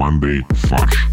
командой «Фарш».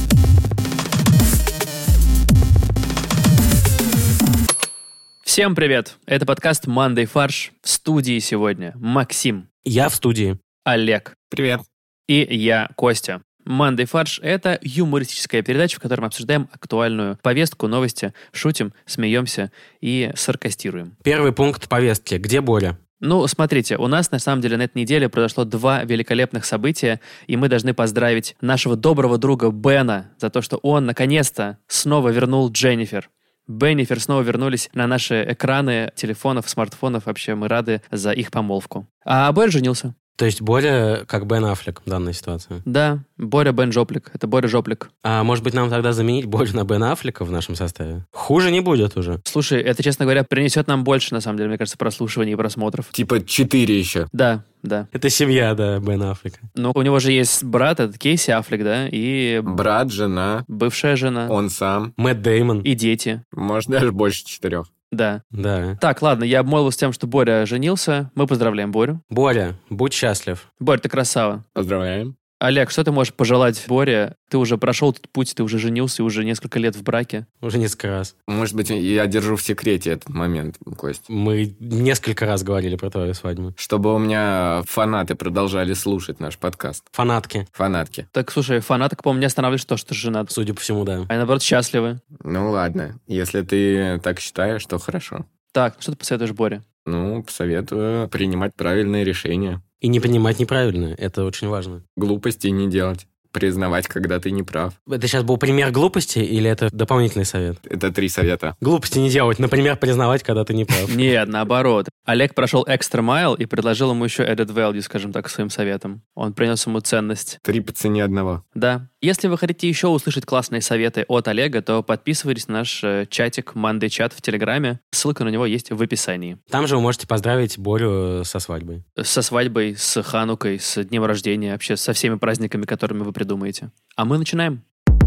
Всем привет! Это подкаст «Мандай фарш». В студии сегодня Максим. Я в студии. Олег. Привет. И я, Костя. «Мандай фарш» — это юмористическая передача, в которой мы обсуждаем актуальную повестку, новости, шутим, смеемся и саркастируем. Первый пункт повестки. Где Боря? Ну, смотрите, у нас, на самом деле, на этой неделе произошло 2 великолепных события, и мы должны поздравить нашего доброго друга Бена за то, что он, наконец-то, снова вернул Дженнифер. Беннифер снова вернулись на наши экраны телефонов, смартфонов. Вообще, мы рады за их помолвку. А Боря женился. То есть Боря как Бен Аффлек в данной ситуации. Да, Боря Бен Жоплик. Это Боря Жоплик. А может быть, нам тогда заменить Борю на Бена Аффлека в нашем составе? Хуже не будет уже. Слушай, это, честно говоря, принесет нам больше, на самом деле, мне кажется, прослушиваний и просмотров. Типа 4 еще. Да. Это семья, да, Бена Аффлека. Ну, у него же есть брат, этот Кейси Аффлек, да, и Брат, жена, бывшая жена, он сам. Мэтт Дэймон. и дети. Может, даже больше 4. Да. Да. Так, ладно, я обмолвился тем, что Боря женился. Мы поздравляем Борю. Боря, будь счастлив. Борь, ты красава. Поздравляем. Олег, что ты можешь пожелать Боре? Ты уже прошел этот путь, ты уже женился, уже несколько лет в браке. Уже несколько раз. Может быть, я держу в секрете этот момент, Кость. Мы несколько раз говорили про твою свадьбу. Чтобы у меня фанаты продолжали слушать наш подкаст. Фанатки. Фанатки. Так, слушай, фанаток, по-моему, не останавливаешь то, что ты женат. Судя по всему, да. Они, наоборот, счастливы. Ну ладно, если ты так считаешь, то хорошо. Так, что ты посоветуешь Боре? Ну, советую принимать правильные решения. И не понимать неправильно. Это очень важно. Глупостей не делать. Признавать, когда ты не прав. Это сейчас был пример глупости или это дополнительный совет? Это 3 совета. Глупости не делать. Например, признавать, когда ты не прав. Нет, наоборот. Олег прошел extra mile и предложил ему еще added value, скажем так, своим советом. Он принес ему ценность. 3 по цене одного. Да. Если вы хотите еще услышать классные советы от Олега, то подписывайтесь на наш чатик Monday Chat в Телеграме. Ссылка на него есть в описании. Там же вы можете поздравить Борю со свадьбой. Со свадьбой, с Ханукой, с днем рождения, вообще со всеми праздниками, которыми вы придумаете. А мы начинаем.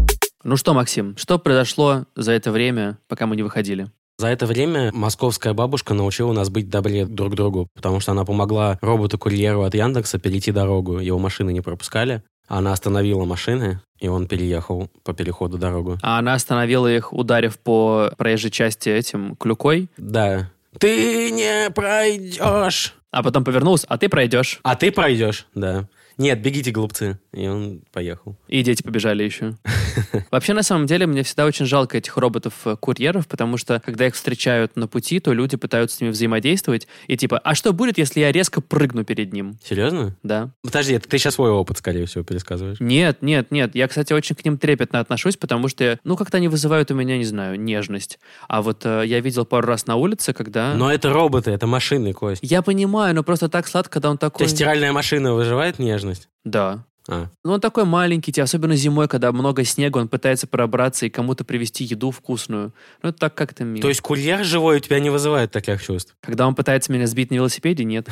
Ну что, Максим, что произошло за это время, пока мы не выходили? За это время московская бабушка научила нас быть добрее друг к другу, потому что она помогла роботу-курьеру от Яндекса перейти дорогу. Его машины не пропускали. Она остановила машины, и он переехал по переходу дорогу. А она остановила их, ударив по проезжей части этим клюкой. Да. Ты не пройдешь. А потом повернулась, а ты пройдешь. А ты пройдешь, да. Нет, бегите, глупцы. И он поехал. И дети побежали еще. Вообще, на самом деле, мне всегда очень жалко этих роботов-курьеров, потому что, когда их встречают на пути, то люди пытаются с ними взаимодействовать. И типа, а что будет, если я резко прыгну перед ним? Серьезно? Да. Подожди, это ты сейчас свой опыт, скорее всего, пересказываешь. Нет. Я, кстати, очень к ним трепетно отношусь, потому что, как-то они вызывают у меня, не знаю, нежность. А вот я видел пару раз на улице, когда... Но это роботы, это машины, Кость. Я понимаю, но просто так сладко, когда он такой... То есть стиральная машина вызывает нежность? Да. А. Ну, он такой маленький, особенно зимой, когда много снега, он пытается пробраться и кому-то привезти еду вкусную. Ну, это так как-то мило. То есть курьер живой у тебя не вызывает таких чувств? Когда он пытается меня сбить на велосипеде, нет.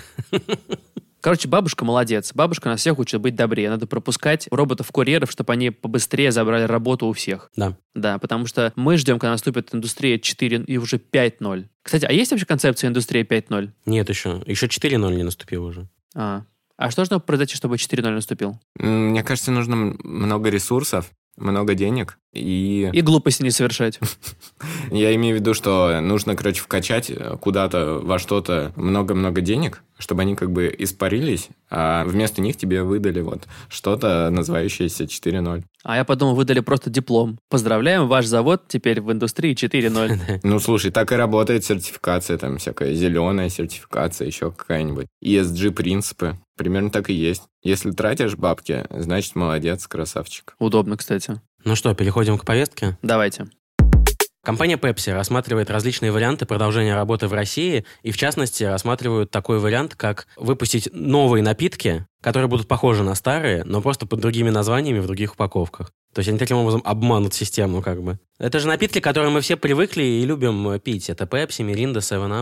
Короче, бабушка молодец. Бабушка нас всех учит быть добрее. Надо пропускать роботов-курьеров, чтобы они побыстрее забрали работу у всех. Да. Да, потому что мы ждем, когда наступит индустрия 4 и уже 5.0. Кстати, а есть вообще концепция индустрии 5.0? Нет еще. Еще 4.0 не наступил уже. А что должно произойти, чтобы 4.0 наступил? Мне кажется, нужно много ресурсов, много денег и... И глупости не совершать. Я имею в виду, что нужно, вкачать куда-то во что-то много-много денег, чтобы они испарились, а вместо них тебе выдали что-то, называющееся 4.0. А я подумал, выдали просто диплом. Поздравляем, ваш завод теперь в индустрии 4.0. Ну, слушай, так и работает сертификация, там всякая зеленая сертификация, еще какая-нибудь. ESG-принципы. Примерно так и есть. Если тратишь бабки, значит, молодец, красавчик. Удобно, кстати. Ну что, переходим к повестке? Давайте. Компания Pepsi рассматривает различные варианты продолжения работы в России, и в частности рассматривают такой вариант, как выпустить новые напитки, которые будут похожи на старые, но просто под другими названиями в других упаковках. То есть они таким образом обманут систему, Это же напитки, которые мы все привыкли и любим пить. Это Pepsi, Mirinda, 7-Up.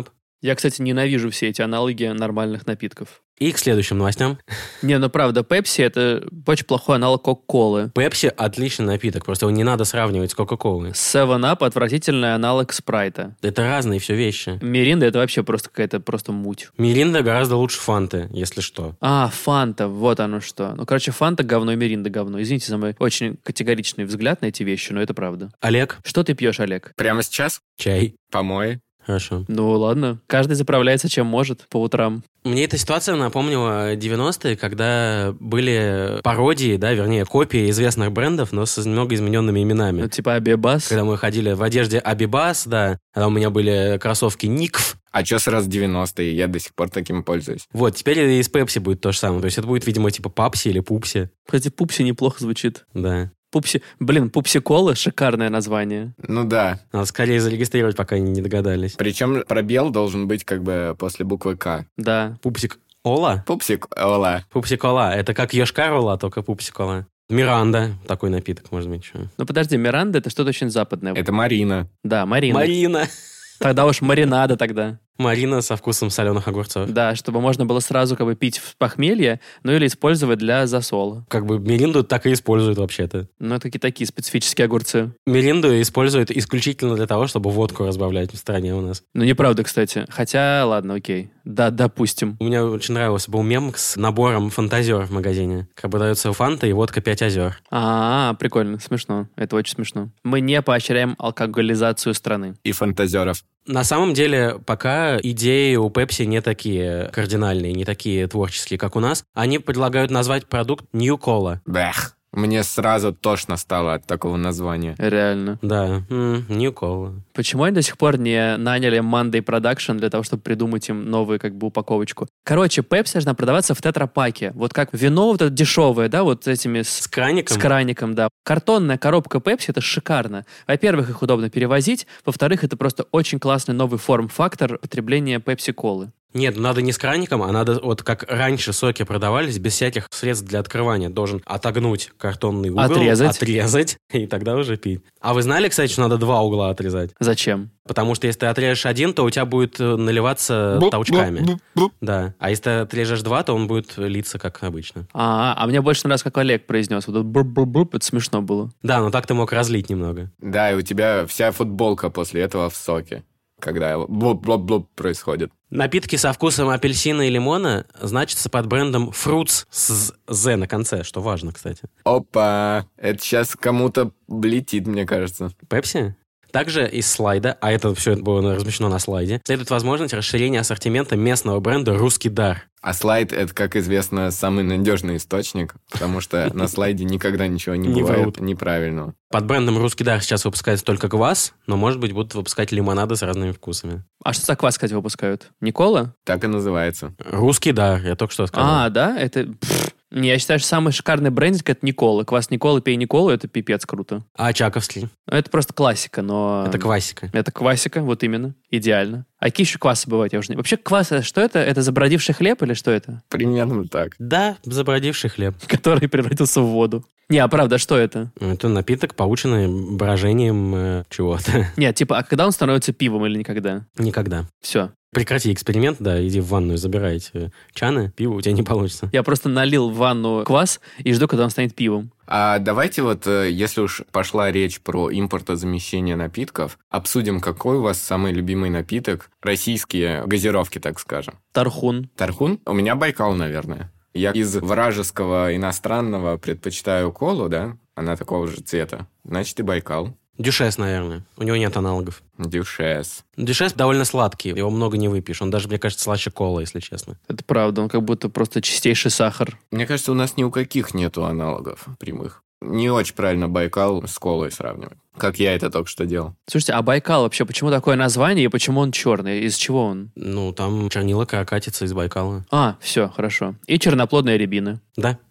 Я, кстати, ненавижу все эти аналоги нормальных напитков. И к следующим новостям. Не, ну правда, Pepsi — это очень плохой аналог Кока-Колы. Пепси отличный напиток, просто его не надо сравнивать с Кока-Колой. 7-Up — отвратительный аналог Спрайта. Это разные все вещи. Миринда — это вообще просто какая-то просто муть. Миринда гораздо лучше Фанты, если что. А, Фанта, вот оно что. Ну, короче, Фанта говно и Миринда говно. Извините за мой очень категоричный взгляд на эти вещи, но это правда. Олег, Что ты пьешь, Олег? Прямо сейчас? чай. Помой. Хорошо. Ну, ладно. Каждый заправляется чем может по утрам. Мне эта ситуация напомнила 90-е, когда были пародии, да, вернее, копии известных брендов, но с немного измененными именами. Ну, типа Абибас. Когда мы ходили в одежде Абибас, да, когда у меня были кроссовки Никв. А что сразу 90-е? Я до сих пор таким пользуюсь. Вот, теперь и с Пепси будет то же самое. То есть это будет, видимо, типа Папси или Пупси. Кстати, Пупси неплохо звучит. Да. Пупси-кола — шикарное название. Ну да. Надо скорее зарегистрировать, пока они не догадались. Причем пробел должен быть как бы после буквы К. Да. Пупсик Ола? Пупсик, ола. Пупсикола. Это как Йошкар-Ола, только Пупсикола. Миранда. Такой напиток, может быть, еще. Ну, подожди, Миранда — это что-то очень западное. Это Марина. Да, Марина. Марина. Тогда уж маринада тогда. Марина со вкусом соленых огурцов. Да, чтобы можно было сразу как бы пить в похмелье, ну или использовать для засола. Как бы Миринду так и используют вообще-то. Ну, это такие специфические огурцы. Миринду используют исключительно для того, чтобы водку разбавлять в стране у нас. Ну, неправда, кстати. Хотя, ладно, окей. Да, допустим. У меня очень нравился был мем с набором фантазер в магазине. Как бы дается фанта и водка 5 озер. Прикольно, смешно. Это очень смешно. Мы не поощряем алкоголизацию страны. И фантазеров. На самом деле, пока идеи у Pepsi не такие кардинальные, не такие творческие, как у нас. Они предлагают назвать продукт New Cola. Бэх. Мне сразу тошно стало от такого названия. Реально. Да, New Cola. Почему они до сих пор не наняли Monday Production для того, чтобы придумать им новую как бы упаковочку? Короче, Pepsi должна продаваться в тетрапаке. Вот как вино вот это дешевое, да, вот с этими... С краником? С краником, да. Картонная коробка Pepsi — это шикарно. Во-первых, их удобно перевозить. Во-вторых, это просто очень классный новый форм-фактор потребления Пепси-колы. Нет, надо не с краником, а надо, вот как раньше соки продавались, без всяких средств для открывания. Должен отогнуть картонный угол, отрезать, и тогда уже пить. А вы знали, кстати, что надо 2 угла отрезать? Зачем? Потому что если ты отрежешь один, то у тебя будет наливаться толчками. Да. А если ты отрежешь 2, то он будет литься, как обычно. А мне больше нравится, как Олег произнес. Вот это это смешно было. Да, но так ты мог разлить немного. Да, и у тебя вся футболка после этого в соке, когда блоп-блоп-блоп происходит. Напитки со вкусом апельсина и лимона значатся под брендом Fruits с «з» на конце, что важно, кстати. Опа! Это сейчас кому-то летит, мне кажется. Пепси? Также из слайда, а это все было размещено на слайде, следует возможность расширения ассортимента местного бренда «Русский дар». А слайд — это, как известно, самый надежный источник, потому что на слайде никогда ничего не бывает неправильного. Под брендом «Русский дар» сейчас выпускается только квас, но, может быть, будут выпускать лимонады с разными вкусами. А что за квас, кстати, выпускают? Никола? Так и называется. «Русский дар», я только что сказал. Да? Это... Не, я считаю, что самый шикарный брендинг — это Никола. Квас Никола, пей Николу — это пипец круто. А Очаковский? Это просто классика, но... Это квасика. Это квасика, вот именно. Идеально. А какие еще квасы бывают? Я уже не... Вообще квас, что это? Это забродивший хлеб или что это? Примерно так. Да, забродивший хлеб. Который превратился в воду. Не, а правда, что это? Это напиток, полученный брожением чего-то. Нет, типа, а когда он становится пивом или никогда? Никогда. Все. Прекрати эксперимент, да, иди в ванную, забирай эти чаны, пиво у тебя не получится. Я просто налил в ванну квас и жду, когда он станет пивом. А давайте вот, если уж пошла речь про импортозамещение напитков, обсудим, какой у вас самый любимый напиток, российские газировки, так скажем. Тархун. Тархун? У меня Байкал, наверное. Я из вражеского иностранного предпочитаю колу, да? Она такого же цвета. Значит, и Байкал. Дюшес, наверное. У него нет аналогов. Дюшес. Дюшес довольно сладкий. Его много не выпьешь. Он даже, мне кажется, слаще колы, если честно. Это правда. Он как будто просто чистейший сахар. Мне кажется, у нас ни у каких нету аналогов прямых. Не очень правильно Байкал с колой сравнивать. Как я это только что делал. Слушайте, а Байкал вообще, почему такое название и почему он черный? Из чего он? Ну, там чернила катится из Байкала. Все, хорошо. И черноплодная рябина. Да.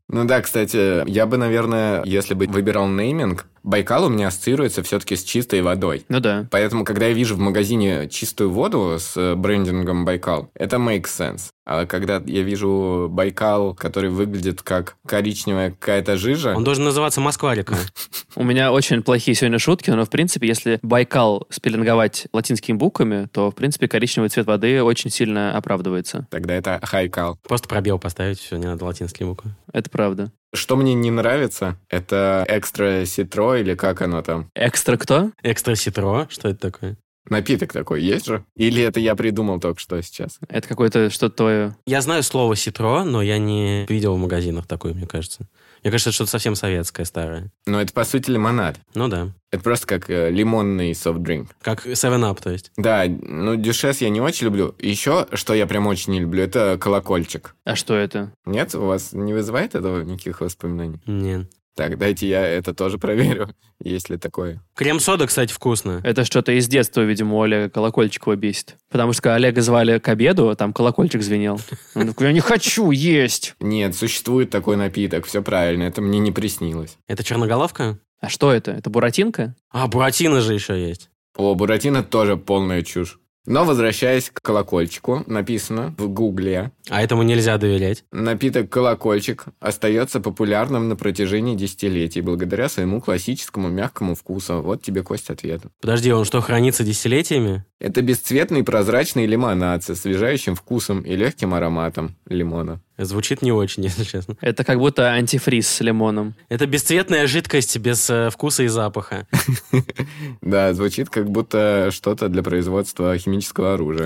Ну да, кстати, я бы, наверное, если бы выбирал нейминг, Байкал у меня ассоциируется все-таки с чистой водой. Ну да. Поэтому, когда я вижу в магазине чистую воду с брендингом Байкал, это makes sense. А когда я вижу Байкал, который выглядит как коричневая какая-то жижа... Он должен называться Москва-река. У меня очень плохие сегодня шутки, но, в принципе, если Байкал спеллинговать латинскими буквами, то, в принципе, коричневый цвет воды очень сильно оправдывается. Тогда это Хайкал. Просто пробел поставить, все, не надо латинские буквы. Это правда. Что мне не нравится, это экстра ситро или как оно там? Экстра кто? Экстра ситро, что это такое? Напиток такой есть же? Или это я придумал только что сейчас? Это какое-то что-то твое... Я знаю слово ситро, но я не видел в магазинах такое, мне кажется. Мне кажется, это что-то совсем советское, старое. Но это, по сути, лимонад. Ну да. Это просто как лимонный софт-дринк. Как 7-Up, то есть. Да, ну дюшес я не очень люблю. Еще, что я прям очень не люблю, это колокольчик. А что это? Нет, у вас не вызывает этого никаких воспоминаний? Нет. Так, дайте я это тоже проверю, есть ли такое. Крем-сода, кстати, вкусно. Это что-то из детства, видимо, у Олега колокольчик его бесит. Потому что когда Олега звали к обеду, там колокольчик звенел. Он такой, я не хочу есть. Нет, существует такой напиток, все правильно, это мне не приснилось. Это черноголовка? А что это? Это буратинка? А, буратино же еще есть. О, буратино тоже полная чушь. Но, возвращаясь к колокольчику, написано в Гугле, А этому нельзя доверять. напиток колокольчик остается популярным на протяжении десятилетий благодаря своему классическому мягкому вкусу. Вот тебе, Кость, ответ. Подожди, он что, хранится десятилетиями? Это бесцветный прозрачный лимонад с освежающим вкусом и легким ароматом лимона. Звучит не очень, если честно. Это как будто антифриз с лимоном. Это бесцветная жидкость без вкуса и запаха. Да, звучит как будто что-то для производства химического оружия.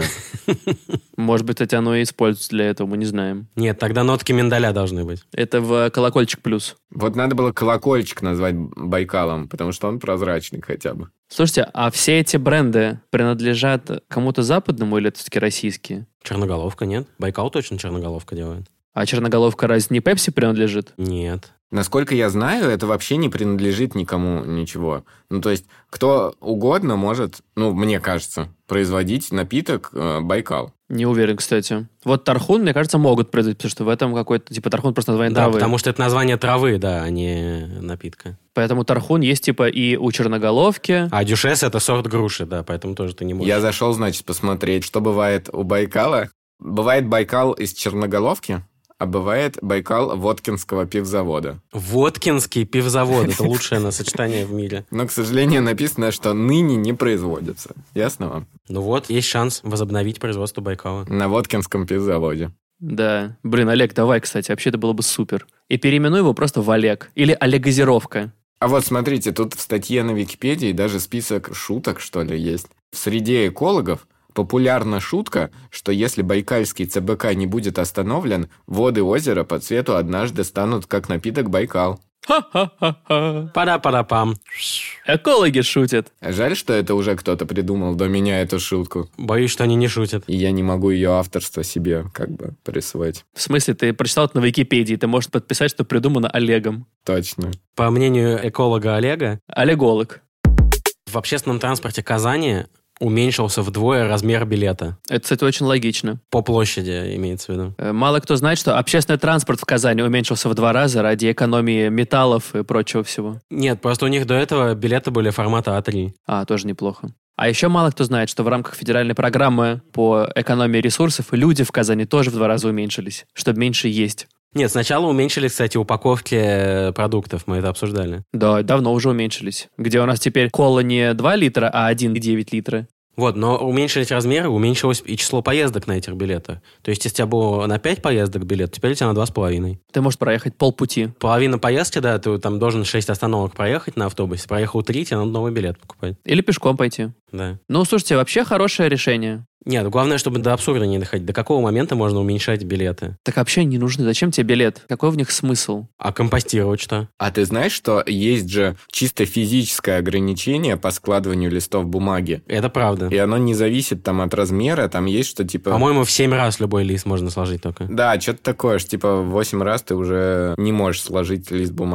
Может быть, кстати, оно и используется для этого, мы не знаем. Нет, тогда нотки миндаля должны быть. Это в колокольчик плюс. Вот надо было колокольчик назвать Байкалом, потому что он прозрачный хотя бы. Слушайте, а все эти бренды принадлежат кому-то западному или это все-таки российские? Черноголовка, нет? Байкал точно черноголовка делает. А черноголовка разве не Пепси принадлежит? Нет. Насколько я знаю, это вообще не принадлежит никому ничего. Ну, то есть, кто угодно может, ну, мне кажется, производить напиток Байкал. Не уверен, кстати. Вот Тархун, мне кажется, могут производить, потому что в этом какой-то, типа, Тархун просто название Да, травы. потому что это название травы, да, а не напитка. Поэтому Тархун есть, типа, и у черноголовки. А дюшес — это сорт груши, да, поэтому тоже ты не можешь. Я зашел, значит, посмотреть, что бывает у Байкала. Бывает Байкал из черноголовки, а бывает Байкал Воткинского пивзавода. Воткинский пивзавод — это лучшее сочетание в мире. Но, к сожалению, написано, что ныне не производится. Ясно вам? Ну вот, есть шанс возобновить производство Байкала. На Воткинском пивзаводе. Да. Блин, Олег, давай, кстати, вообще это было бы супер. И переименуй его просто в Олег. Или Олегозировка. А вот смотрите, тут в статье на Википедии даже список шуток, что ли, есть. В среде экологов популярна шутка, что если байкальский ЦБК не будет остановлен, воды озера по цвету однажды станут как напиток Байкал. Ха-ха-ха-ха. Пара-пара-пам. Экологи шутят. Жаль, что это уже кто-то придумал до меня эту шутку. Боюсь, что они не шутят. И я не могу ее авторство себе как бы присвоить. В смысле, ты прочитал это на Википедии, ты можешь подписать, что придумано Олегом. Точно. По мнению эколога Олега, Олеголог. в общественном транспорте Казани уменьшился вдвое размер билета. Это, кстати, очень логично. По площади, имеется в виду. Мало кто знает, что общественный транспорт в Казани уменьшился в 2 раза ради экономии металлов и прочего всего. Нет, просто у них до этого билеты были формата А3. Тоже неплохо. А еще мало кто знает, что в рамках федеральной программы по экономии ресурсов люди в Казани тоже в 2 раза уменьшились, чтобы меньше есть. Нет, сначала уменьшили, кстати, упаковки продуктов, мы это обсуждали. Да, давно уже уменьшились. Где у нас теперь кола не 2 литра, а 1,9 литра. Вот, но уменьшились размеры, уменьшилось и число поездок на этих билетах. То есть, если у тебя было на 5 поездок билет, теперь у тебя на 2,5. Ты можешь проехать полпути. Половина поездки, да, ты там должен 6 остановок проехать на автобусе. Проехал 3, тебе надо новый билет покупать. Или пешком пойти. Да. Ну, слушайте, вообще хорошее решение. Нет, главное, чтобы до абсурда не доходить. До какого момента можно уменьшать билеты? Так вообще не нужны. Зачем тебе билет? Какой в них смысл? А компостировать что? А ты знаешь, что есть же чисто физическое ограничение по складыванию листов бумаги? Это правда. И оно не зависит там от размера, там есть что типа... По-моему, в 7 раз любой лист можно сложить только. Да, что-то такое, что типа в 8 раз ты уже не можешь сложить лист бумаги.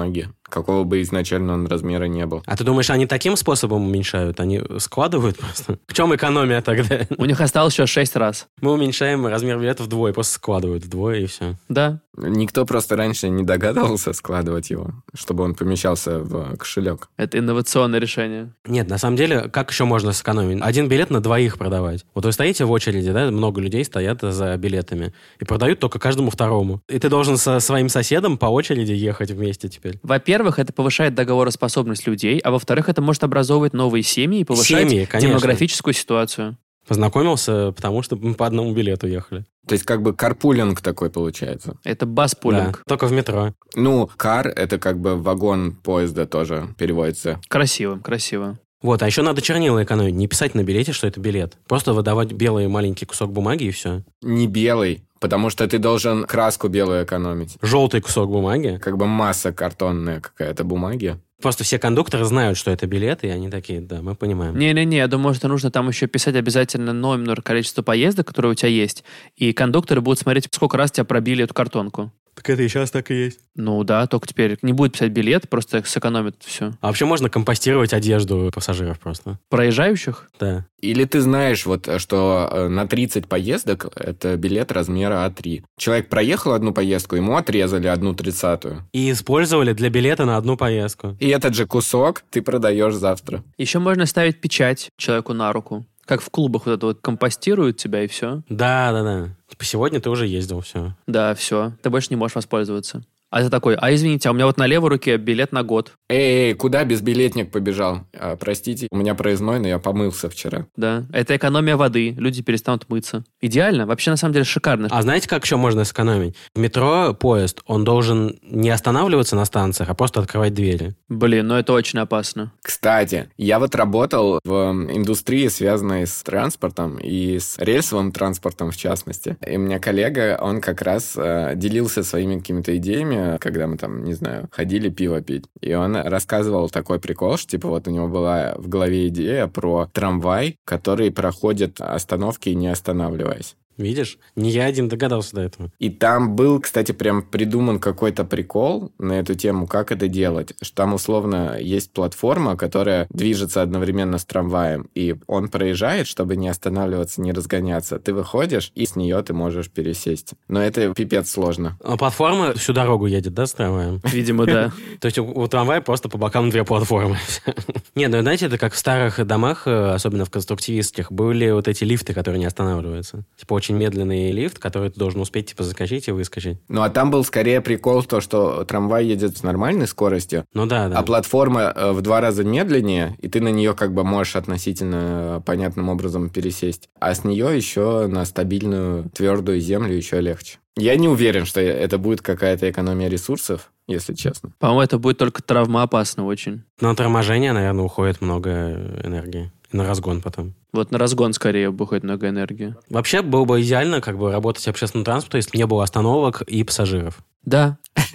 какого бы изначально он размера не был. А ты думаешь, они таким способом уменьшают? Они складывают просто? В чем экономия тогда? У них осталось еще 6 раз. Мы уменьшаем размер билета вдвое, просто складывают вдвое и все. Да. Никто просто раньше не догадывался складывать его, чтобы он помещался в кошелек. Это инновационное решение. Нет, на самом деле, как еще можно сэкономить? Один билет на двоих продавать. Вот вы стоите в очереди, да, много людей стоят за билетами, и продают только каждому второму. И ты должен со своим соседом по очереди ехать вместе теперь. Во-первых, это повышает договороспособность людей, а во-вторых, это может образовывать новые семьи и повышать демографическую ситуацию. Познакомился, потому что мы по одному билету ехали. То есть как бы карпулинг такой получается. Это баспулинг. Да, только в метро. Ну, кар — это как бы вагон поезда тоже переводится. Красиво, красиво. Вот, а еще надо чернила экономить. Не писать на билете, что это билет. Просто выдавать белый маленький кусок бумаги и все. Не белый, потому что ты должен краску белую экономить. Желтый кусок бумаги. Как бы масса картонная какая-то бумаги. Просто все кондукторы знают, что это билеты, и они такие, да, мы понимаем. Не-не-не, я думаю, что нужно там еще писать обязательно номер, количество поездок, которые у тебя есть, и кондукторы будут смотреть, сколько раз тебя пробили эту картонку. Так это и сейчас так и есть. Ну да, только теперь не будет писать билет, просто сэкономит все. А вообще можно компостировать одежду пассажиров просто. Проезжающих? Да. Или ты знаешь, вот, что на 30 поездок это билет размера А3. Человек проехал одну поездку, ему отрезали 1/30. И использовали для билета на одну поездку. И этот же кусок ты продаешь завтра. Еще можно ставить печать человеку на руку. Как в клубах вот это вот компостируют тебя, и все. Да. Типа сегодня ты уже ездил, все. Да, все. Ты больше не можешь воспользоваться. А ты такой, извините, а у меня вот на левой руке билет на год. Эй, куда безбилетник побежал? Простите, у меня проездной, но я помылся вчера. Да, это экономия воды, люди перестанут мыться. Идеально, вообще на самом деле шикарно. А знаете, как еще можно сэкономить? В метро поезд, он должен не останавливаться на станциях, а просто открывать двери. Блин, ну это очень опасно. Кстати, я вот работал в индустрии, связанной с транспортом и с рельсовым транспортом в частности. И у меня коллега, он как раз делился своими какими-то идеями, когда мы там, не знаю, ходили пиво пить. И он рассказывал такой прикол, что типа вот у него была в голове идея про трамвай, который проходит остановки, не останавливаясь. Видишь? Не я один догадался до этого. И там был, кстати, прям придуман какой-то прикол на эту тему, как это делать. Что там, условно, есть платформа, которая движется одновременно с трамваем, и он проезжает, чтобы не останавливаться, не разгоняться. Ты выходишь, и с нее ты можешь пересесть. Но это пипец сложно. А платформа всю дорогу едет, да, с трамваем? Видимо, да. То есть у трамвая просто по бокам две платформы. Нет, ну знаете, это как в старых домах, особенно в конструктивистских, были вот эти лифты, которые не останавливаются. Типа очень медленный лифт, который ты должен успеть типа заскочить и выскочить. Ну, а там был скорее прикол то, что трамвай едет с нормальной скоростью, ну да. А платформа в 2 раза медленнее, и ты на нее как бы можешь относительно понятным образом пересесть. А с нее еще на стабильную твердую землю еще легче. Я не уверен, что это будет какая-то экономия ресурсов, если честно. По-моему, это будет только травмоопасно очень. На торможение, наверное, уходит много энергии. И на разгон потом. Вот на разгон скорее уходит много энергии. Вообще было бы идеально как бы работать в общественном транспорте, если не было остановок и пассажиров. Да.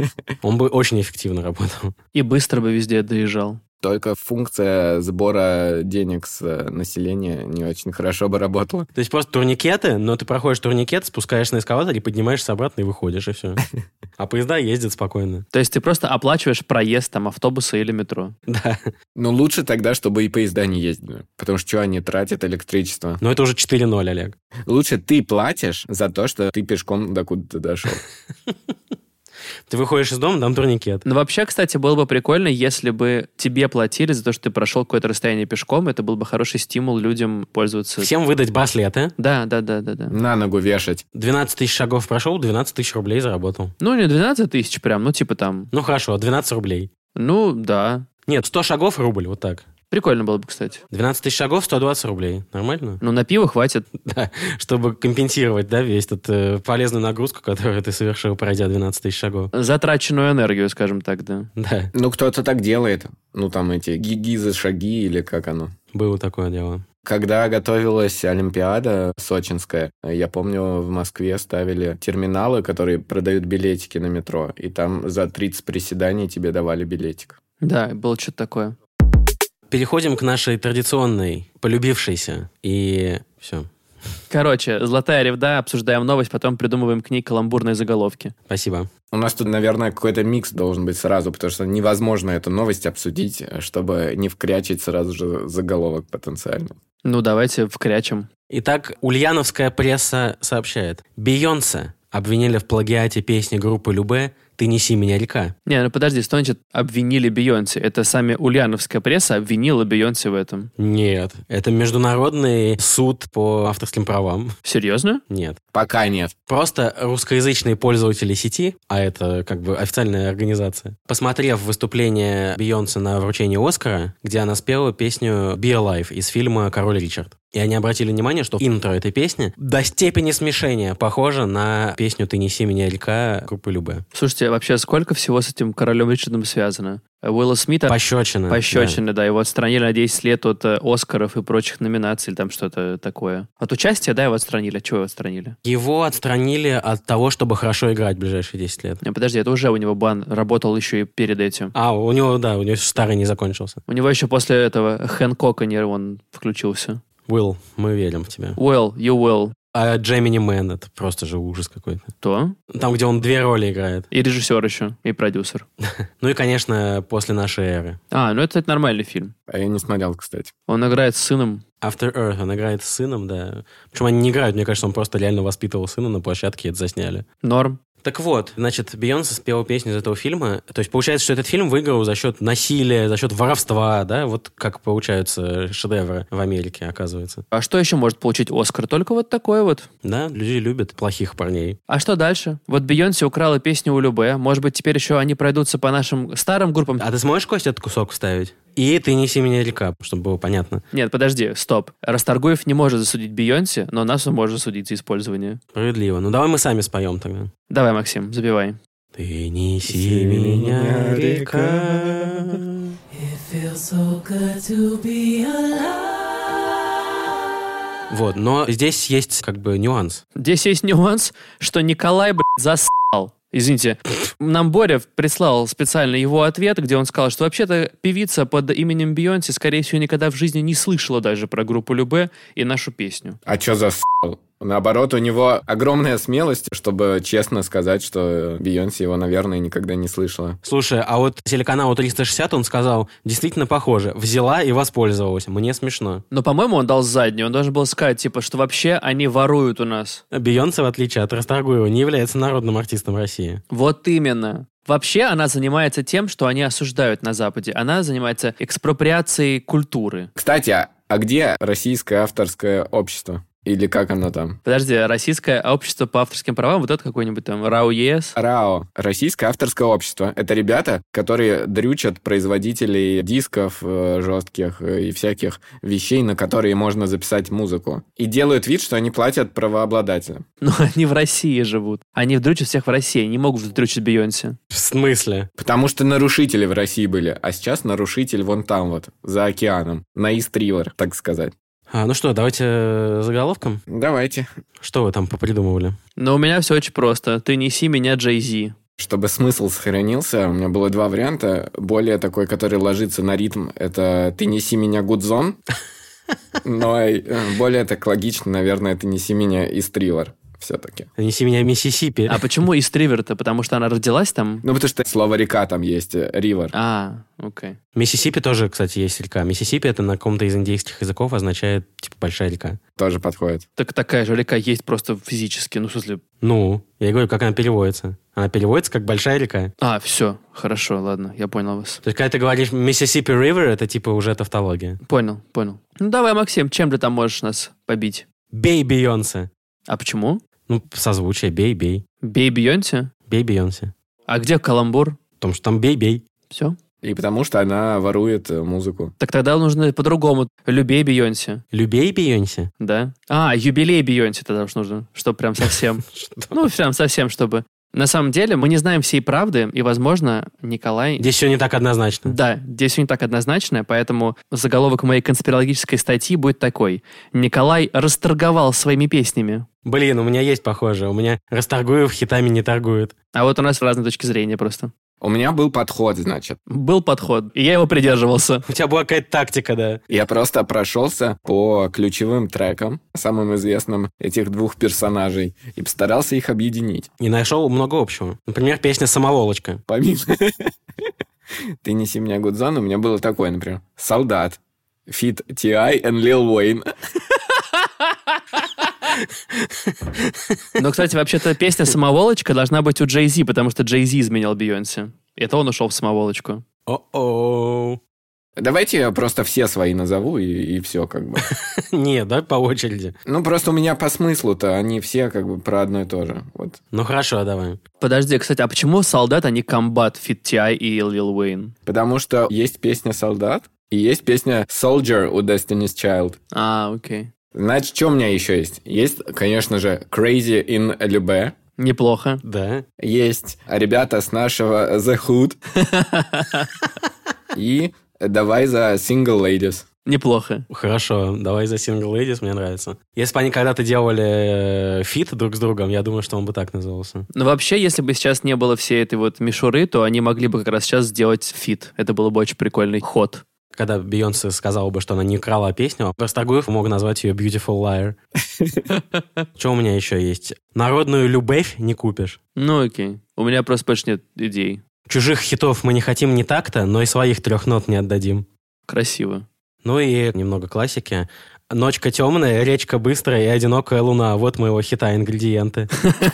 Он бы очень эффективно работал. И быстро бы везде доезжал. Только функция сбора денег с населения не очень хорошо бы работала. То есть просто турникеты, но ты проходишь турникет, спускаешься на эскалатор и поднимаешься обратно и выходишь, и все. А поезда ездят спокойно. То есть ты просто оплачиваешь проезд там автобуса или метро. Да. Ну, лучше тогда, чтобы и поезда не ездили. Потому что они тратят электричество. Но это уже 4:0, Олег. Лучше ты платишь за то, что ты пешком докуда-то дошел. Ты выходишь из дома, там турникет. Но вообще, кстати, было бы прикольно, если бы тебе платили за то, что ты прошел какое-то расстояние пешком. Это был бы хороший стимул людям пользоваться. Всем выдать браслеты. Да. На ногу вешать. 12 тысяч шагов прошел, 12 тысяч рублей заработал. Ну, не 12 тысяч прям, ну, типа там. Ну, хорошо, 12 рублей. Ну, да. Нет, 100 шагов рубль, вот так. Прикольно было бы, кстати. 12 тысяч шагов, 120 рублей. Нормально? Ну, на пиво хватит. Да, чтобы компенсировать, да, весь этот полезную нагрузку, которую ты совершил, пройдя 12 тысяч шагов. Затраченную энергию, скажем так, да. Да. Ну, кто-то так делает. Ну, там эти гигизы, шаги или как оно. Было такое дело. Когда готовилась Олимпиада сочинская, я помню, в Москве ставили терминалы, которые продают билетики на метро, и там за 30 приседаний тебе давали билетик. Да, было что-то такое. Переходим к нашей традиционной, полюбившейся, и все. Короче, золотая ревда, обсуждаем новость, потом придумываем к ней каламбурные заголовки. Спасибо. У нас тут, наверное, какой-то микс должен быть сразу, потому что невозможно эту новость обсудить, чтобы не вкрячить сразу же заголовок потенциально. Ну, давайте вкрячем. Итак, ульяновская пресса сообщает. Бейонсе обвинили в плагиате песни группы Любэ «Ты неси меня, река». Не, ну подожди, что значит обвинили Бейонсе? Это сами ульяновская пресса обвинила Бейонсе в этом. Нет, это международный суд по авторским правам. Серьезно? Нет. Пока нет. Просто русскоязычные пользователи сети, а это как бы официальная организация, посмотрев выступление Бейонсе на вручении Оскара, где она спела песню «Be Alive» из фильма «Король Ричард». И они обратили внимание, что интро этой песни до степени смешения похоже на песню «Ты неси меня, река» группы Любэ. Слушайте, вообще сколько всего с этим королем Ричардом связано? Уилла Смита... Пощечина. Да. Его отстранили на 10 лет от Оскаров и прочих номинаций, или там что-то такое. От участия, да, его отстранили? От чего его отстранили? Его отстранили от того, чтобы хорошо играть в ближайшие 10 лет. Не, подожди, это уже у него бан работал еще и перед этим. У него старый не закончился. У него еще после этого Хэнкока он включился. Уилл, мы верим в тебя. Will, you will. А Джемини Мэн, это просто же ужас какой-то. То? Там, где он 2 роли играет. И режиссер еще, и продюсер. Ну и, конечно, «После нашей эры». Ну это нормальный фильм. А я не смотрел, кстати. Он играет с сыном. After Earth, он играет с сыном, да. Причем они не играют, мне кажется, он просто реально воспитывал сына на площадке, и это засняли. Норм. Так вот, значит, Бейонсе спела песню из этого фильма. То есть получается, что этот фильм выиграл за счет насилия, за счет воровства, да? Вот как получаются шедевры в Америке, оказывается. А что еще может получить Оскар? Только вот такое вот. Да, люди любят плохих парней. А что дальше? Вот Бейонсе украла песню у Любэ. Может быть, теперь еще они пройдутся по нашим старым группам? А ты сможешь, Костя, этот кусок вставить? И «Ты неси меня, река», чтобы было понятно. Нет, подожди, стоп. Расторгуев не может засудить Бейонсе, но нас он может засудить за использование. Справедливо. Ну, давай мы сами споем тогда. Давай, Максим, забивай. Ты неси меня, река. Вот, но здесь есть как бы нюанс. Здесь есть нюанс, что Николай, засал. Извините, нам Боря прислал специально его ответ, где он сказал, что вообще-то певица под именем Бейонсе, скорее всего, никогда в жизни не слышала даже про группу Любэ и нашу песню. А чё за с***л? Наоборот, у него огромная смелость, чтобы честно сказать, что Бейонсе его, наверное, никогда не слышала. Слушай, а вот телеканалу 360 он сказал, действительно похоже, взяла и воспользовалась. Мне смешно. Но, по-моему, он дал заднюю. Он должен был сказать, типа, что вообще они воруют у нас. Бейонсе, в отличие от Расторгуева, не является народным артистом России. Вот именно. Вообще она занимается тем, что они осуждают на Западе. Она занимается экспроприацией культуры. Кстати, а где российское авторское общество? Или как оно там? Подожди, Российское общество по авторским правам, вот это какой-нибудь там РАО ЕС? РАО. Российское авторское общество. Это ребята, которые дрючат производителей дисков жестких и всяких вещей, на которые можно записать музыку. И делают вид, что они платят правообладателям. Но они в России живут. Они вдрючат всех в России, не могут вдрючить Бейонсе. В смысле? Потому что нарушители в России были, а сейчас нарушитель вон там вот, за океаном, на Ист-Ривер, так сказать. Ну что, давайте заголовком? Давайте. Что вы там попридумывали? Но у меня все очень просто. Ты неси меня, Джей-Зи. Чтобы смысл сохранился, у меня было 2 варианта. Более такой, который ложится на ритм, это «Ты неси меня, Гудзон». Но более так логично, наверное, «Ты неси меня, Ист-Ривер». Все-таки. Неси меня, Миссисипи. А почему Ист-Ривер-то? Потому что она родилась там? Ну, потому что слово «река» там есть, «ривер». Окей. Миссисипи тоже, кстати, есть река. Миссисипи это на каком-то из индейских языков означает, типа, большая река. Тоже подходит. Так такая же река есть просто физически, ну, в смысле... Я говорю, как она переводится. Она переводится как большая река. Все, хорошо, ладно, я понял вас. То есть, когда ты говоришь Mississippi River, это типа уже тавтология. Понял. Ну, давай, Максим, чем ты там можешь нас побить? Бей Бейонсе. А почему? Созвучие, бей. Бей Бейонсе? Бей Бейонсе. А где каламбур? Потому что там бей. Все? И потому что она ворует музыку. Так тогда нужно по-другому. Любей Бейонсе. Любей Бейонсе? Да. Юбилей Бейонсе тогда уж нужно. Чтобы прям совсем. Прям совсем, чтобы... На самом деле, мы не знаем всей правды, и, возможно, Николай... Здесь все не так однозначно. Да, здесь все не так однозначно, поэтому заголовок моей конспирологической статьи будет такой. Николай расторговал своими песнями. Блин, у меня есть похоже. У меня Расторгуев хитами не торгует. А вот у нас разные точки зрения просто. У меня был подход, значит. Был подход, и я его придерживался. У тебя была какая-то тактика, да? Я просто прошелся по ключевым трекам, самым известным этих двух персонажей, и постарался их объединить. И нашел много общего. Например, песня «Самоволочка». Помимо... «Ты неси меня, Гудзон», у меня было такое, например, «Солдат», feat. T.I. and Lil Wayne. Но, кстати, вообще-то песня «Самоволочка» должна быть у Jay-Z, потому что Jay-Z изменял Бейонсе. Это он ушел в самоволочку. О-о. Давайте я просто все свои назову, и все как бы. Нет, давай по очереди. Ну, просто у меня по смыслу-то они все как бы про одно и то же. Вот. Ну, хорошо, давай. Подожди, кстати, а почему «Солдат», а не «Комбат» feat. T.I. и Lil Wayne? Потому что есть песня «Солдат», и есть песня «Soldier» у Destiny's Child. А, окей. Значит, что у меня еще есть? Есть, конечно же, Crazy in LB. Неплохо. Да. Есть ребята с нашего The Hood. И давай за Single Ladies. Неплохо. Хорошо, давай за Single Ladies, мне нравится. Если бы они когда-то делали фит друг с другом, я думаю, что он бы так назывался. Но вообще, если бы сейчас не было всей этой вот мишуры, то они могли бы как раз сейчас сделать фит. Это было бы очень прикольный ход. Когда Бейонсе сказала бы, что она не крала песню, Расторгуев мог назвать ее Beautiful Liar. Что у меня еще есть? Народную любовь не купишь. Ну окей. У меня просто больше нет идей. Чужих хитов мы не хотим не так-то, но и своих 3 нот не отдадим. Красиво. Ну и немного классики. Ночка темная, речка быстрая и одинокая луна. Вот моего хита ингредиенты.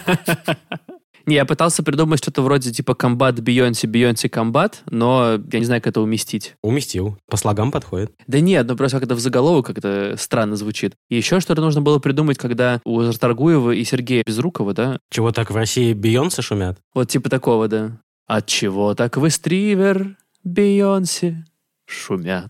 Не, я пытался придумать что-то вроде типа комбат Бейонсе, Бейонсе комбат, но я не знаю, как это уместить. Уместил. По слогам подходит. Да нет, ну просто как-то в заголовок как-то странно звучит. И еще что-то нужно было придумать, когда у Расторгуева и Сергея Безрукова, да? Чего так в России Бейонсе шумят? Вот типа такого, да. Отчего так вы, стривер, Бейонсе, шумят?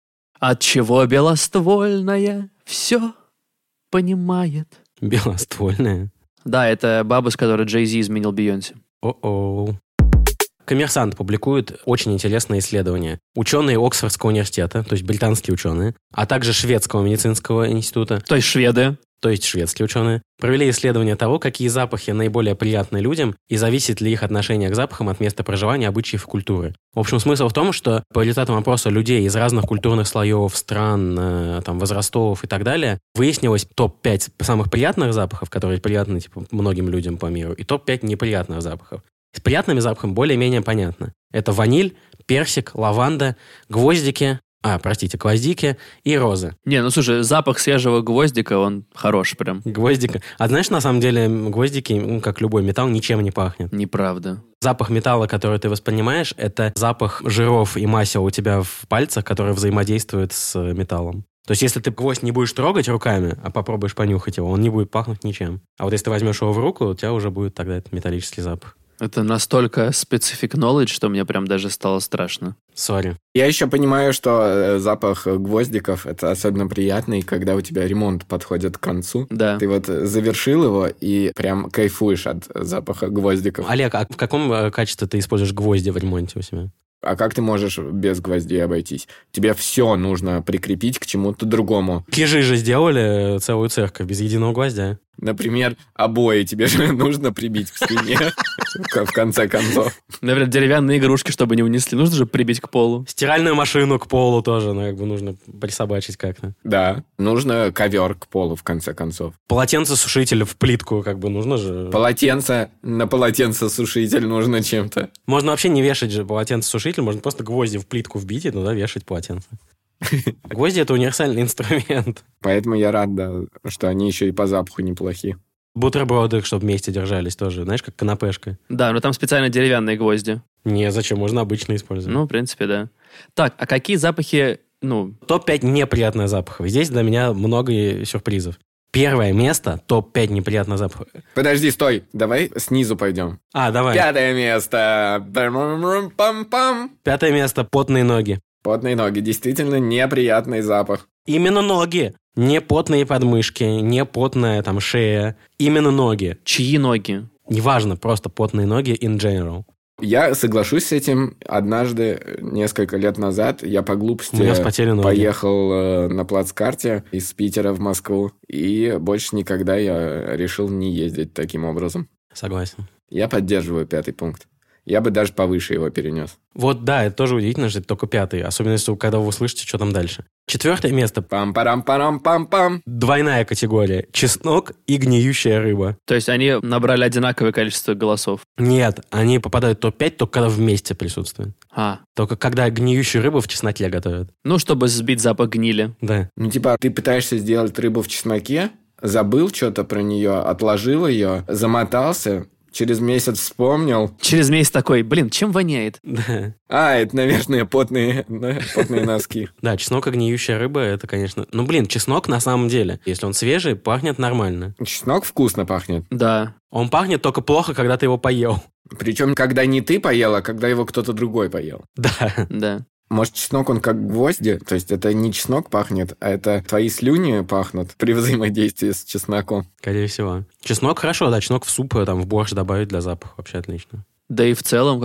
Отчего белоствольная все понимает? Белоствольная. Да, это баба, с которой Jay-Z изменил Бейонсе. О-о. Коммерсант публикует очень интересное исследование. Ученые Оксфордского университета, то есть британские ученые, а также шведского медицинского института, То есть шведы. то есть шведские ученые, провели исследование того, какие запахи наиболее приятны людям и зависит ли их отношение к запахам от места проживания, обычаев и культуры. В общем, смысл в том, что по результатам опроса людей из разных культурных слоев, стран, там, возрастов и так далее, выяснилось топ-5 самых приятных запахов, которые приятны типа, многим людям по миру, и топ-5 неприятных запахов. С приятными запахами более-менее понятно. Это ваниль, персик, лаванда, гвоздики, гвоздики и розы. Не, ну слушай, запах свежего гвоздика, он хорош прям. Гвоздика. А знаешь, на самом деле, гвоздики, как любой металл, ничем не пахнет. Неправда. Запах металла, который ты воспринимаешь, это запах жиров и масел у тебя в пальцах, которые взаимодействуют с металлом. То есть, если ты гвоздь не будешь трогать руками, а попробуешь понюхать его, он не будет пахнуть ничем. А вот если ты возьмешь его в руку, у тебя уже будет тогда этот металлический запах. Это настолько specific knowledge, что мне прям даже стало страшно. Сори. Я еще понимаю, что запах гвоздиков это особенно приятный, когда у тебя ремонт подходит к концу. Да. Ты вот завершил его и прям кайфуешь от запаха гвоздиков. Олег, а в каком качестве ты используешь гвозди в ремонте у себя? А как ты можешь без гвоздей обойтись? Тебе все нужно прикрепить к чему-то другому. Кижи же сделали целую церковь без единого гвоздя. Например, обои тебе же нужно прибить к стене в конце концов. Например, деревянные игрушки, чтобы не унесли, нужно же прибить к полу. Стиральную машину к полу тоже, нужно присобачить как-то. Да, нужно ковер к полу в конце концов. Полотенцесушитель в плитку нужно же. Полотенце на полотенцесушитель нужно чем-то. Можно вообще не вешать же полотенцесушитель, можно просто гвозди в плитку вбить и туда вешать полотенце. Гвозди — это универсальный инструмент. Поэтому я рад, да, что они еще и по запаху неплохие. Бутерброды, чтобы вместе держались тоже. Знаешь, как канапешка. Да, но там специально деревянные гвозди. Не, зачем? Можно обычно использовать. Ну, в принципе, да. Так, а какие запахи, Топ-5 неприятных запахов. Здесь для меня много сюрпризов. Первое место — топ-5 неприятных запахов. Подожди, стой, давай снизу пойдем. Давай. 5 место. Пам-пам. 5 место — потные ноги. Потные ноги. Действительно неприятный запах. Именно ноги. Не потные подмышки, не потная шея. Именно ноги. чьи ноги? Неважно, просто потные ноги in general. Я соглашусь с этим. Однажды, несколько лет назад, я по глупости поехал на плацкарте из Питера в Москву. И больше никогда я решил не ездить таким образом. Согласен. Я поддерживаю 5 пункт. Я бы даже повыше его перенес. Вот да, это тоже удивительно, что это только 5-й, особенно если когда вы услышите, что там дальше. 4-е место. Пам-парам-парам-пам-пам. Двойная категория. Чеснок и гниющая рыба. То есть они набрали одинаковое количество голосов. Нет, они попадают в топ-5 только когда вместе присутствуют. Только когда гниющую рыбу в чесноке готовят. Ну, чтобы сбить запах гнили. Да. Ну, типа, ты пытаешься сделать рыбу в чесноке, забыл что-то про нее, отложил ее, замотался, через месяц вспомнил. Через месяц такой, чем воняет? Да. Это, наверное, потные носки. Да, чеснок и гниющая рыба, это, конечно... Чеснок на самом деле, если он свежий, пахнет нормально. Чеснок вкусно пахнет. Да. Он пахнет только плохо, когда ты его поел. Причем, когда не ты поел, а когда его кто-то другой поел. Да. Может, чеснок, он как гвозди? То есть это не чеснок пахнет, а это твои слюни пахнут при взаимодействии с чесноком. Скорее всего. Чеснок хорошо, да, чеснок в суп, в борщ добавить для запаха вообще отлично. Да и в целом,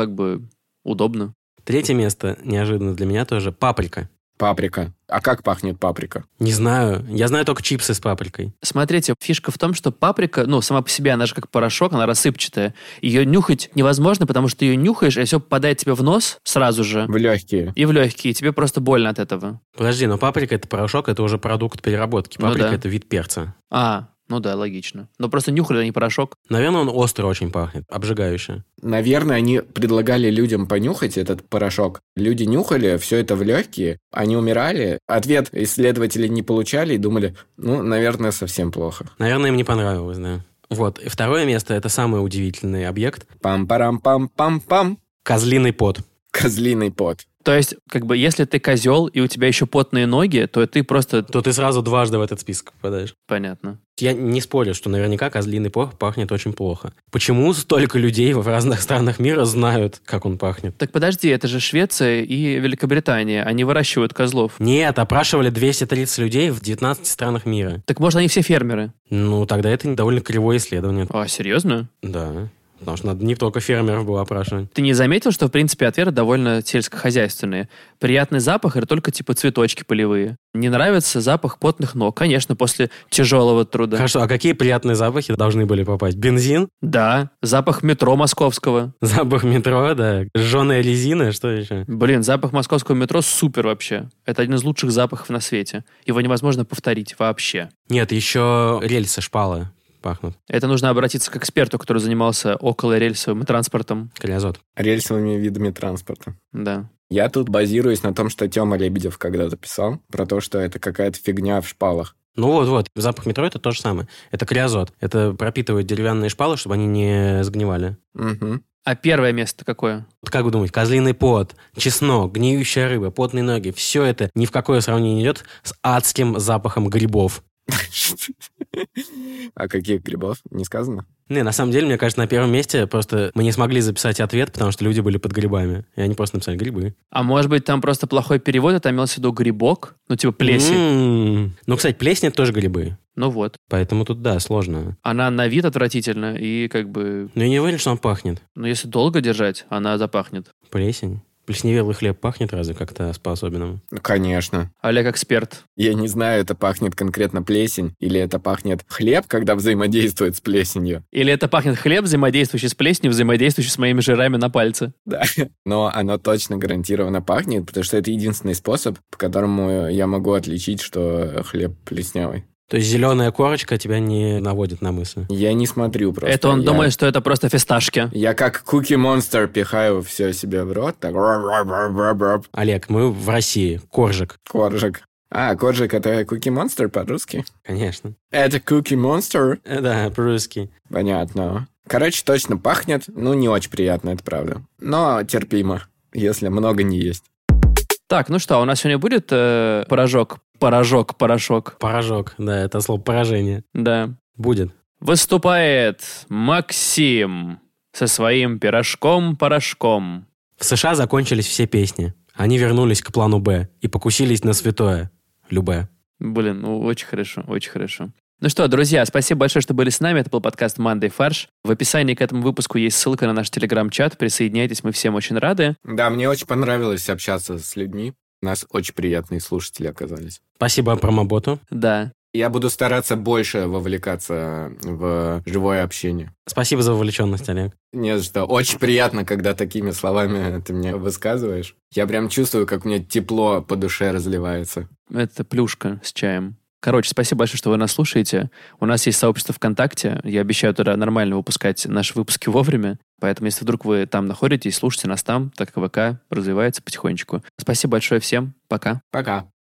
удобно. 3-е место, неожиданно для меня тоже, паприка. Паприка. А как пахнет паприка? Не знаю. Я знаю только чипсы с паприкой. Смотрите, фишка в том, что паприка, сама по себе, она же как порошок, она рассыпчатая. Ее нюхать невозможно, потому что ты ее нюхаешь, и все попадает тебе в нос сразу же. В легкие. И в легкие. Тебе просто больно от этого. Подожди, но паприка — это порошок, это уже продукт переработки. Паприка — это вид перца. Ну да, логично. Но просто нюхали, а не порошок. Наверное, он остро очень пахнет, обжигающе. Наверное, они предлагали людям понюхать этот порошок. Люди нюхали, все это в легкие, они умирали. Ответ исследователи не получали и думали, наверное, совсем плохо. Наверное, им не понравилось, да. Вот. И 2-е место — это самый удивительный объект. Пам-парам-пам-пам-пам. Козлиный пот. Козлиный пот. То есть, если ты козел, и у тебя еще потные ноги, то ты просто... То ты сразу дважды в этот список попадаешь. Понятно. Я не спорю, что наверняка козлиный пот пахнет очень плохо. Почему столько людей в разных странах мира знают, как он пахнет? Так подожди, это же Швеция и Великобритания. Они выращивают козлов. Нет, опрашивали 230 людей в 19 странах мира. Так может, они все фермеры? Тогда это довольно кривое исследование. Серьезно? Да. Потому что надо не только фермеров было опрашивать. Ты не заметил, что, в принципе, ответы довольно сельскохозяйственные? Приятный запах — это только, цветочки полевые. Не нравится запах потных ног? Конечно, после тяжелого труда. Хорошо, а какие приятные запахи должны были попасть? Бензин? Да, запах метро московского. Запах метро, да. Жженая резина, что еще? Запах московского метро супер вообще. Это один из лучших запахов на свете. Его невозможно повторить вообще. Нет, еще рельсы, шпалы пахнут. Это нужно обратиться к эксперту, который занимался околорельсовым транспортом. Калиазот. Рельсовыми видами транспорта. Да. Я тут базируюсь на том, что Тёма Лебедев когда-то писал, про то, что это какая-то фигня в шпалах. Вот. Запах метро — это то же самое. Это калиазот. Это пропитывает деревянные шпалы, чтобы они не сгнивали. Угу. А первое место какое? Как вы думаете, козлиный пот, чеснок, гниющая рыба, потные ноги — все это ни в какое сравнение не идет с адским запахом грибов. А каких грибов? Не сказано? Не, на самом деле, мне кажется, на первом месте просто мы не смогли записать ответ, потому что люди были под грибами. И они просто написали грибы. А может быть, там просто плохой перевод, это имелся в виду грибок? Плесень. Кстати, плесень — это тоже грибы. Вот. Поэтому тут, да, сложно. Она на вид отвратительна и Но я не уверен, что он пахнет. если долго держать, она запахнет. Плесень. Плесневелый хлеб пахнет разве как-то по-особенному? Конечно. Олег эксперт. Я не знаю, это пахнет конкретно плесень, или это пахнет хлеб, когда взаимодействует с плесенью. Или это пахнет хлеб, взаимодействующий с плесенью, взаимодействующий с моими жирами на пальце. Да, но оно точно гарантированно пахнет, потому что это единственный способ, по которому я могу отличить, что хлеб плеснявый. То есть зеленая корочка тебя не наводит на мысль? Я не смотрю просто. Это он думает, что это просто фисташки. Я как Cookie Monster пихаю все себе в рот, так... Олег, мы в России. Коржик. Коржик. Коржик — это Cookie Monster по-русски? Конечно. Это Cookie Monster? Да, по-русски. Понятно. Короче, точно пахнет. Не очень приятно, это правда. Но терпимо, если много не есть. Так, у нас сегодня будет порошок, да, это слово поражение. Да. Будет. Выступает Максим со своим пирожком-порошком. В США закончились все песни. Они вернулись к плану «Б» и покусились на святое. Любе. Очень хорошо, очень хорошо. Ну что, друзья, спасибо большое, что были с нами. Это был подкаст «Мандай фарш». В описании к этому выпуску есть ссылка на наш телеграм-чат. Присоединяйтесь, мы всем очень рады. Да, мне очень понравилось общаться с людьми. У нас очень приятные слушатели оказались. Спасибо промоботу. Да. Я буду стараться больше вовлекаться в живое общение. Спасибо за вовлеченность, Олег. Не за что. Очень приятно, когда такими словами ты мне высказываешь. Я прям чувствую, как мне тепло по душе разливается. Это плюшка с чаем. Короче, спасибо большое, что вы нас слушаете. У нас есть сообщество ВКонтакте. Я обещаю туда нормально выпускать наши выпуски вовремя. Поэтому, если вдруг вы там находитесь, слушайте нас там, так как ВК развивается потихонечку. Спасибо большое всем. Пока. Пока.